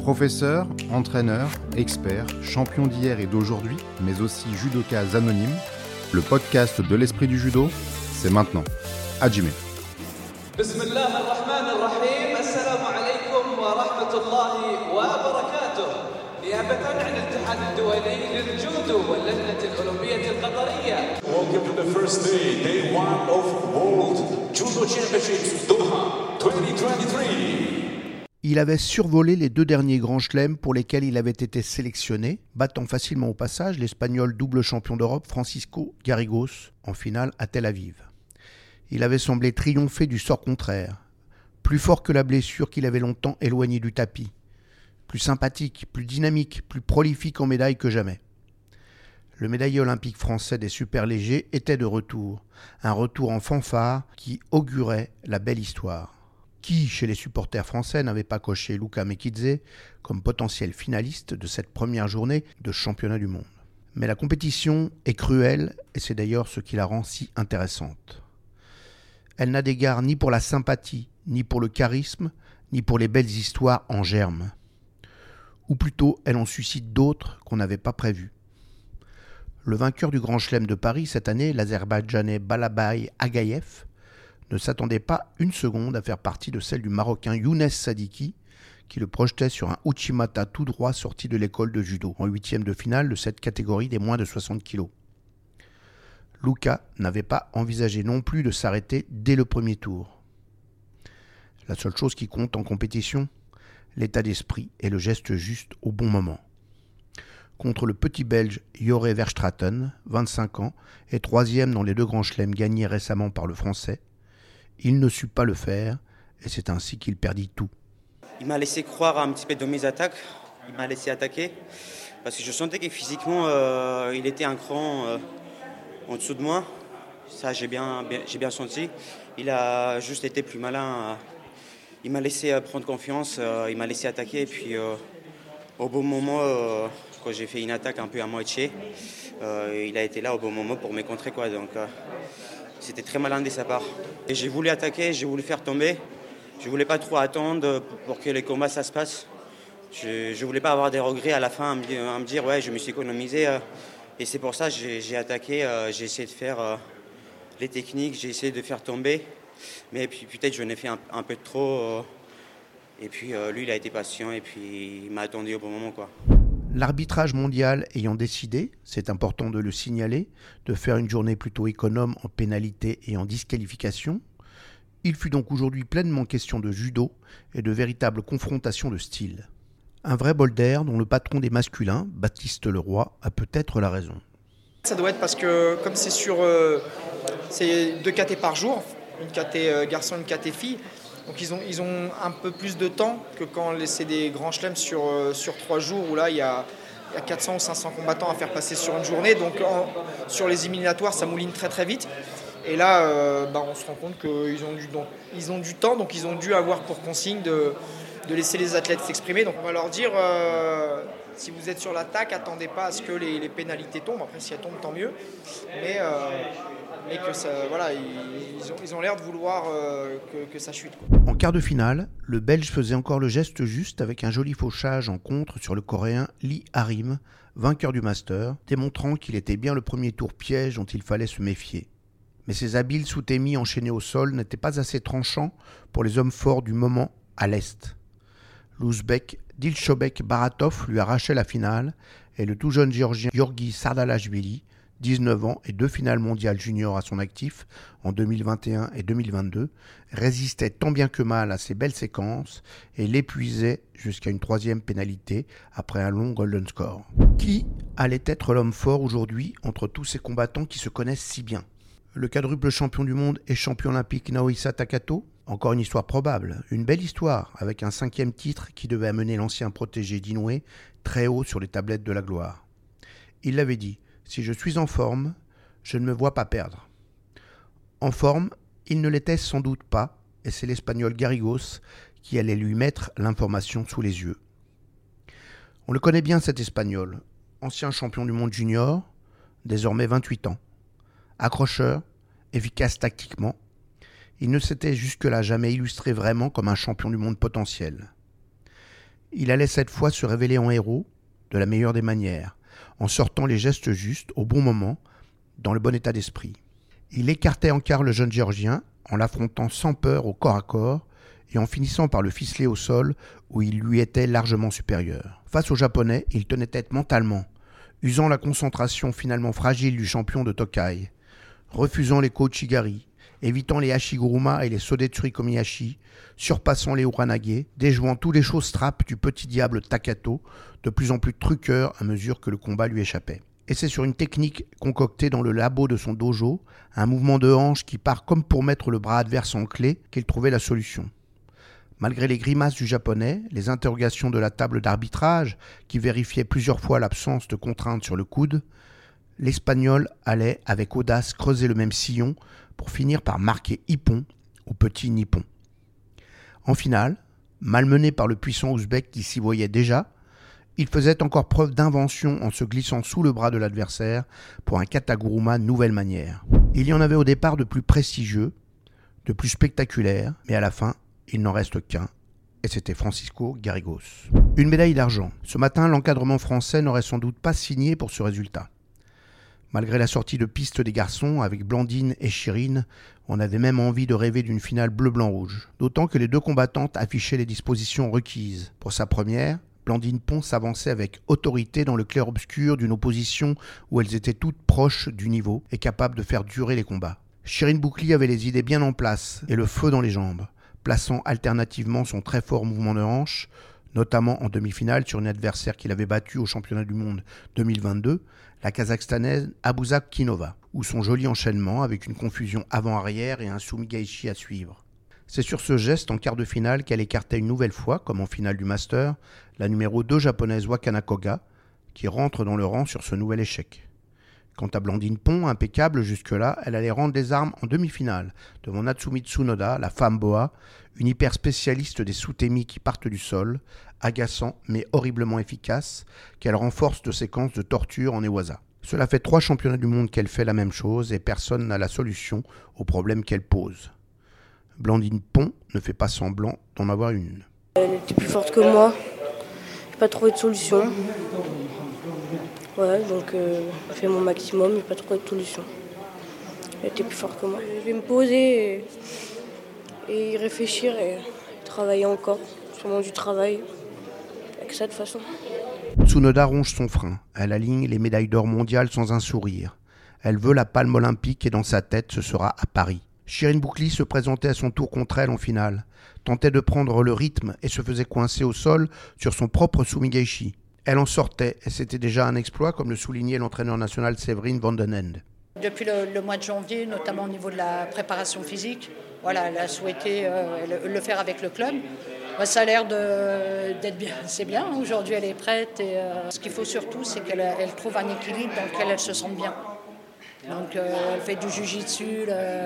Professeur, entraîneur, expert, champion d'hier et d'aujourd'hui, mais aussi judoka anonyme, le podcast de l'esprit du judo, c'est maintenant. Hajime. Bismillah ar-Rahman ar-Rahim. Assalamu alaikum wa rahmatullahi wa barakatuh. نيابة عن الاتحاد الدولي للجودو واللجنة الأولمبية القطرية. Welcome to the first day 1 of World Judo Championships Doha 2023. Il avait survolé les deux derniers grands chelems pour lesquels il avait été sélectionné, battant facilement au passage l'Espagnol double champion d'Europe Francisco Garrigos en finale à Tel Aviv. Il avait semblé triompher du sort contraire, plus fort que la blessure qu'il avait longtemps éloigné du tapis, plus sympathique, plus dynamique, plus prolifique en médailles que jamais. Le médaillé olympique français des superlégers était de retour, un retour en fanfare qui augurait la belle histoire. Qui, chez les supporters français, n'avait pas coché Luka Mekidze comme potentiel finaliste de cette première journée de championnat du monde. Mais la compétition est cruelle et c'est d'ailleurs ce qui la rend si intéressante. Elle n'a d'égard ni pour la sympathie, ni pour le charisme, ni pour les belles histoires en germe. Ou plutôt, elle en suscite d'autres qu'on n'avait pas prévues. Le vainqueur du Grand Chelem de Paris cette année, l'Azerbaïdjanais Balabay Agaïev, ne s'attendait pas une seconde à faire partie de celle du Marocain Younes Sadiki, qui le projetait sur un Uchimata tout droit sorti de l'école de judo, en huitième de finale de cette catégorie des moins de 60 kg. Luka n'avait pas envisagé non plus de s'arrêter dès le premier tour. La seule chose qui compte en compétition, l'état d'esprit et le geste juste au bon moment. Contre le petit Belge Joré Verstraeten, 25 ans, et troisième dans les deux grands chelems gagnés récemment par le Français, il ne sut pas le faire, et c'est ainsi qu'il perdit tout. Il m'a laissé croire un petit peu dans mes attaques, il m'a laissé attaquer, parce que je sentais que physiquement, il était un cran en dessous de moi. Ça, j'ai bien senti. Il a juste été plus malin. Il m'a laissé prendre confiance, il m'a laissé attaquer, et puis au bon moment, quand j'ai fait une attaque un peu à moitié, il a été là au bon moment pour me contrer, quoi. Donc, c'était très malin de sa part. Et j'ai voulu attaquer, j'ai voulu faire tomber. Je ne voulais pas trop attendre pour que les combats ça se passe. Je ne voulais pas avoir des regrets à la fin, à me dire ouais, je me suis économisé. Et c'est pour ça que j'ai attaqué, j'ai essayé de faire les techniques, j'ai essayé de faire tomber. Mais puis peut-être je n'ai fait un peu de trop. Et puis lui, il a été patient et puis il m'a attendu au bon moment, quoi. L'arbitrage mondial ayant décidé, c'est important de le signaler, de faire une journée plutôt économe en pénalité et en disqualification, il fut donc aujourd'hui pleinement question de judo et de véritables confrontations de style. Un vrai bol d'air dont le patron des masculins, Baptiste Leroy, a peut-être la raison. Ça doit être parce que comme c'est sur c'est 2 KT par jour, une KT garçon, une KT fille, donc ils ont un peu plus de temps que quand c'est des grands chelems sur 3 jours où là il y a 400 ou 500 combattants à faire passer sur une journée. Donc sur les éliminatoires ça mouline très très vite. Et là on se rend compte qu'ils ont du temps, donc ils ont dû avoir pour consigne de laisser les athlètes s'exprimer. Donc on va leur dire si vous êtes sur l'attaque, attendez pas à ce que les pénalités tombent. Après si elles tombent tant mieux. Mais que ça, voilà, ils ont l'air de vouloir que ça chute, quoi. En quart de finale, le Belge faisait encore le geste juste avec un joli fauchage en contre sur le Coréen Lee Harim, vainqueur du Master, démontrant qu'il était bien le premier tour piège dont il fallait se méfier. Mais ces habiles sous-témis enchaînés au sol n'étaient pas assez tranchants pour les hommes forts du moment à l'Est. L'Ouzbek Dilshobek Baratov lui arrachait la finale et le tout jeune Géorgien Giorgi Sardalashvili, 19 ans et 2 finales mondiales juniors à son actif en 2021 et 2022, résistait tant bien que mal à ces belles séquences et l'épuisait jusqu'à une 3e pénalité après un long golden score. Qui allait être l'homme fort aujourd'hui entre tous ces combattants qui se connaissent si bien ? Le quadruple champion du monde et champion olympique Naohisa Takato ? Encore une histoire probable, une belle histoire avec un 5e titre qui devait amener l'ancien protégé d'Inoue très haut sur les tablettes de la gloire. Il l'avait dit. Si je suis en forme, je ne me vois pas perdre. En forme, il ne l'était sans doute pas, et c'est l'Espagnol Garrigos qui allait lui mettre l'information sous les yeux. On le connaît bien cet Espagnol, ancien champion du monde junior, désormais 28 ans. Accrocheur, efficace tactiquement, il ne s'était jusque-là jamais illustré vraiment comme un champion du monde potentiel. Il allait cette fois se révéler en héros de la meilleure des manières, en sortant les gestes justes au bon moment, dans le bon état d'esprit. Il écartait en quart le jeune Géorgien en l'affrontant sans peur au corps à corps et en finissant par le ficeler au sol où il lui était largement supérieur. Face aux Japonais, il tenait tête mentalement, usant la concentration finalement fragile du champion de Tokai, refusant les Kouchigari, évitant les Hashiguruma et les Sodetsuri Komiyashi, surpassant les Uranage, déjouant tous les show-straps du petit diable Takato, de plus en plus truqueur à mesure que le combat lui échappait. Et c'est sur une technique concoctée dans le labo de son dojo, un mouvement de hanche qui part comme pour mettre le bras adverse en clé, qu'il trouvait la solution. Malgré les grimaces du japonais, les interrogations de la table d'arbitrage, qui vérifiait plusieurs fois l'absence de contrainte sur le coude, l'Espagnol allait avec audace creuser le même sillon pour finir par marquer Ippon au petit Nippon. En finale, malmené par le puissant ouzbek qui s'y voyait déjà, il faisait encore preuve d'invention en se glissant sous le bras de l'adversaire pour un kataguruma nouvelle manière. Il y en avait au départ de plus prestigieux, de plus spectaculaires, mais à la fin, il n'en reste qu'un, et c'était Francisco Garrigos. Une médaille d'argent. Ce matin, l'encadrement français n'aurait sans doute pas signé pour ce résultat. Malgré la sortie de piste des garçons avec Blandine et Chirine, on avait même envie de rêver d'une finale bleu-blanc-rouge. D'autant que les deux combattantes affichaient les dispositions requises. Pour sa première, Blandine Pont s'avançait avec autorité dans le clair-obscur d'une opposition où elles étaient toutes proches du niveau et capables de faire durer les combats. Chirine Boucli avait les idées bien en place et le feu dans les jambes, plaçant alternativement son très fort mouvement de hanche, notamment en demi-finale sur une adversaire qu'il avait battue au championnat du monde 2022, la Kazakhstanaise Abuzak Kinova, ou son joli enchaînement avec une confusion avant-arrière et un Sumigaishi à suivre. C'est sur ce geste en quart de finale qu'elle écartait une nouvelle fois, comme en finale du Master, la numéro 2 japonaise Wakana Koga, qui rentre dans le rang sur ce nouvel échec. Quant à Blandine Pont, impeccable jusque-là, elle allait rendre des armes en demi-finale, devant Natsumi Tsunoda, la femme boa, une hyper spécialiste des soutemi qui partent du sol, agaçant mais horriblement efficace, qu'elle renforce de séquences de torture en Ewaza. Cela fait 3 championnats du monde qu'elle fait la même chose et personne n'a la solution au problème qu'elle pose. Blandine Pont ne fait pas semblant d'en avoir une. Elle était plus forte que moi, j'ai pas trouvé de solution. Ouais, donc je fais mon maximum, j'ai pas trouvé de solution. Elle était plus forte que moi. Je vais me poser et y réfléchir et travailler encore, sûrement du travail, avec ça de toute façon. Tsunoda ronge son frein, elle aligne les médailles d'or mondiales sans un sourire. Elle veut la palme olympique et dans sa tête, ce sera à Paris. Chirine Boucli se présentait à son tour contre elle en finale, tentait de prendre le rythme et se faisait coincer au sol sur son propre Sumigaishi. Elle en sortait et c'était déjà un exploit comme le soulignait l'entraîneur national Séverine Vandenende. Depuis le mois de janvier, notamment au niveau de la préparation physique, voilà, elle a souhaité le faire avec le club. Ça a l'air d'être bien, c'est bien. Aujourd'hui, elle est prête. Et, ce qu'il faut surtout, c'est qu'elle trouve un équilibre dans lequel elle se sente bien. Donc, elle fait du jiu-jitsu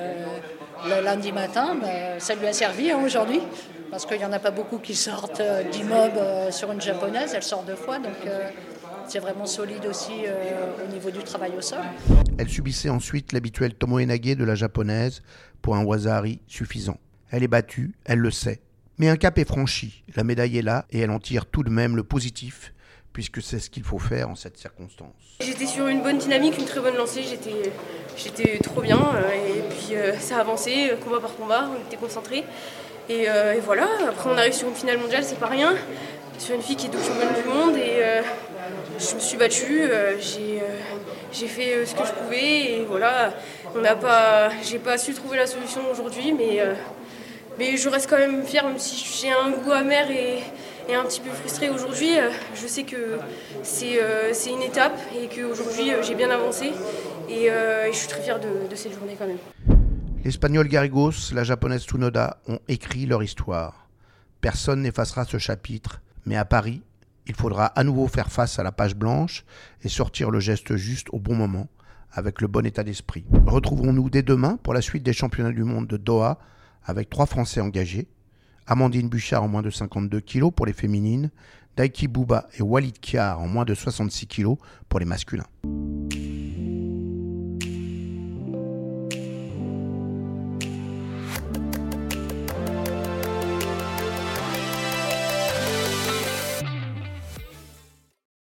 le lundi matin. Ça lui a servi aujourd'hui, parce qu'il n'y en a pas beaucoup qui sortent d'immob sur une japonaise. Elle sort 2 fois, donc c'est vraiment solide aussi au niveau du travail au sol. Elle subissait ensuite l'habituel tomoe-nage de la japonaise pour un waza-hari suffisant. Elle est battue, elle le sait. Mais un cap est franchi, la médaille est là et elle en tire tout de même le positif, puisque c'est ce qu'il faut faire en cette circonstance. J'étais sur une bonne dynamique, une très bonne lancée, j'étais trop bien, et puis ça a avancé, combat par combat, on était concentrés. Et voilà, après on arrive sur une finale mondiale, c'est pas rien, sur une fille qui est double championne du monde, et je me suis battue, j'ai fait ce que je pouvais, et voilà, j'ai pas su trouver la solution aujourd'hui, mais je reste quand même fière, même si j'ai un goût amer et un petit peu frustrée aujourd'hui. Je sais que c'est une étape et qu'aujourd'hui j'ai bien avancé et je suis très fière de cette journée quand même. L'Espagnol Garrigos, la Japonaise Tsunoda ont écrit leur histoire. Personne n'effacera ce chapitre, mais à Paris, il faudra à nouveau faire face à la page blanche et sortir le geste juste au bon moment, avec le bon état d'esprit. Retrouvons-nous dès demain pour la suite des championnats du monde de Doha, avec 3 Français engagés, Amandine Bouchard en moins de 52 kg pour les féminines, Daiki Bouba et Walid Kiar en moins de 66 kg pour les masculins.